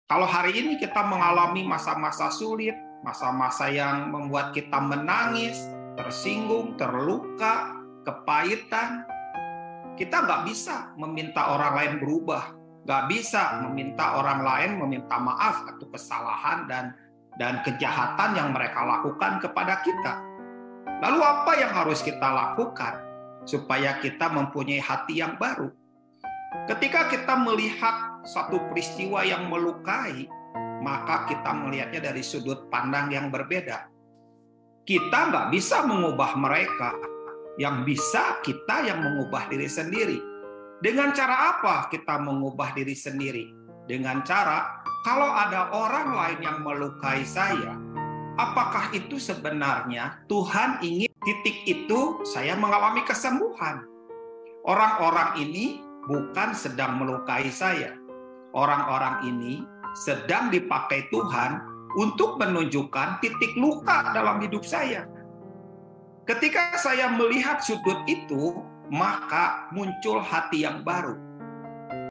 Kalau hari ini kita mengalami masa-masa sulit, masa-masa yang membuat kita menangis, tersinggung, terluka, kepahitan, kita nggak bisa meminta orang lain berubah, nggak bisa meminta orang lain meminta maaf atau kesalahan dan kejahatan yang mereka lakukan kepada kita. Lalu apa yang harus kita lakukan supaya kita mempunyai hati yang baru? Ketika kita melihat satu peristiwa yang melukai, maka kita melihatnya dari sudut pandang yang berbeda. Kita nggak bisa mengubah mereka, yang bisa kita yang mengubah diri sendiri. Dengan cara apa kita mengubah diri sendiri? Dengan cara, kalau ada orang lain yang melukai saya, apakah itu sebenarnya Tuhan ingin titik itu saya mengalami kesembuhan? Orang-orang ini bukan sedang melukai saya. Orang-orang ini sedang dipakai Tuhan untuk menunjukkan titik luka dalam hidup saya. Ketika saya melihat sudut itu, maka muncul hati yang baru.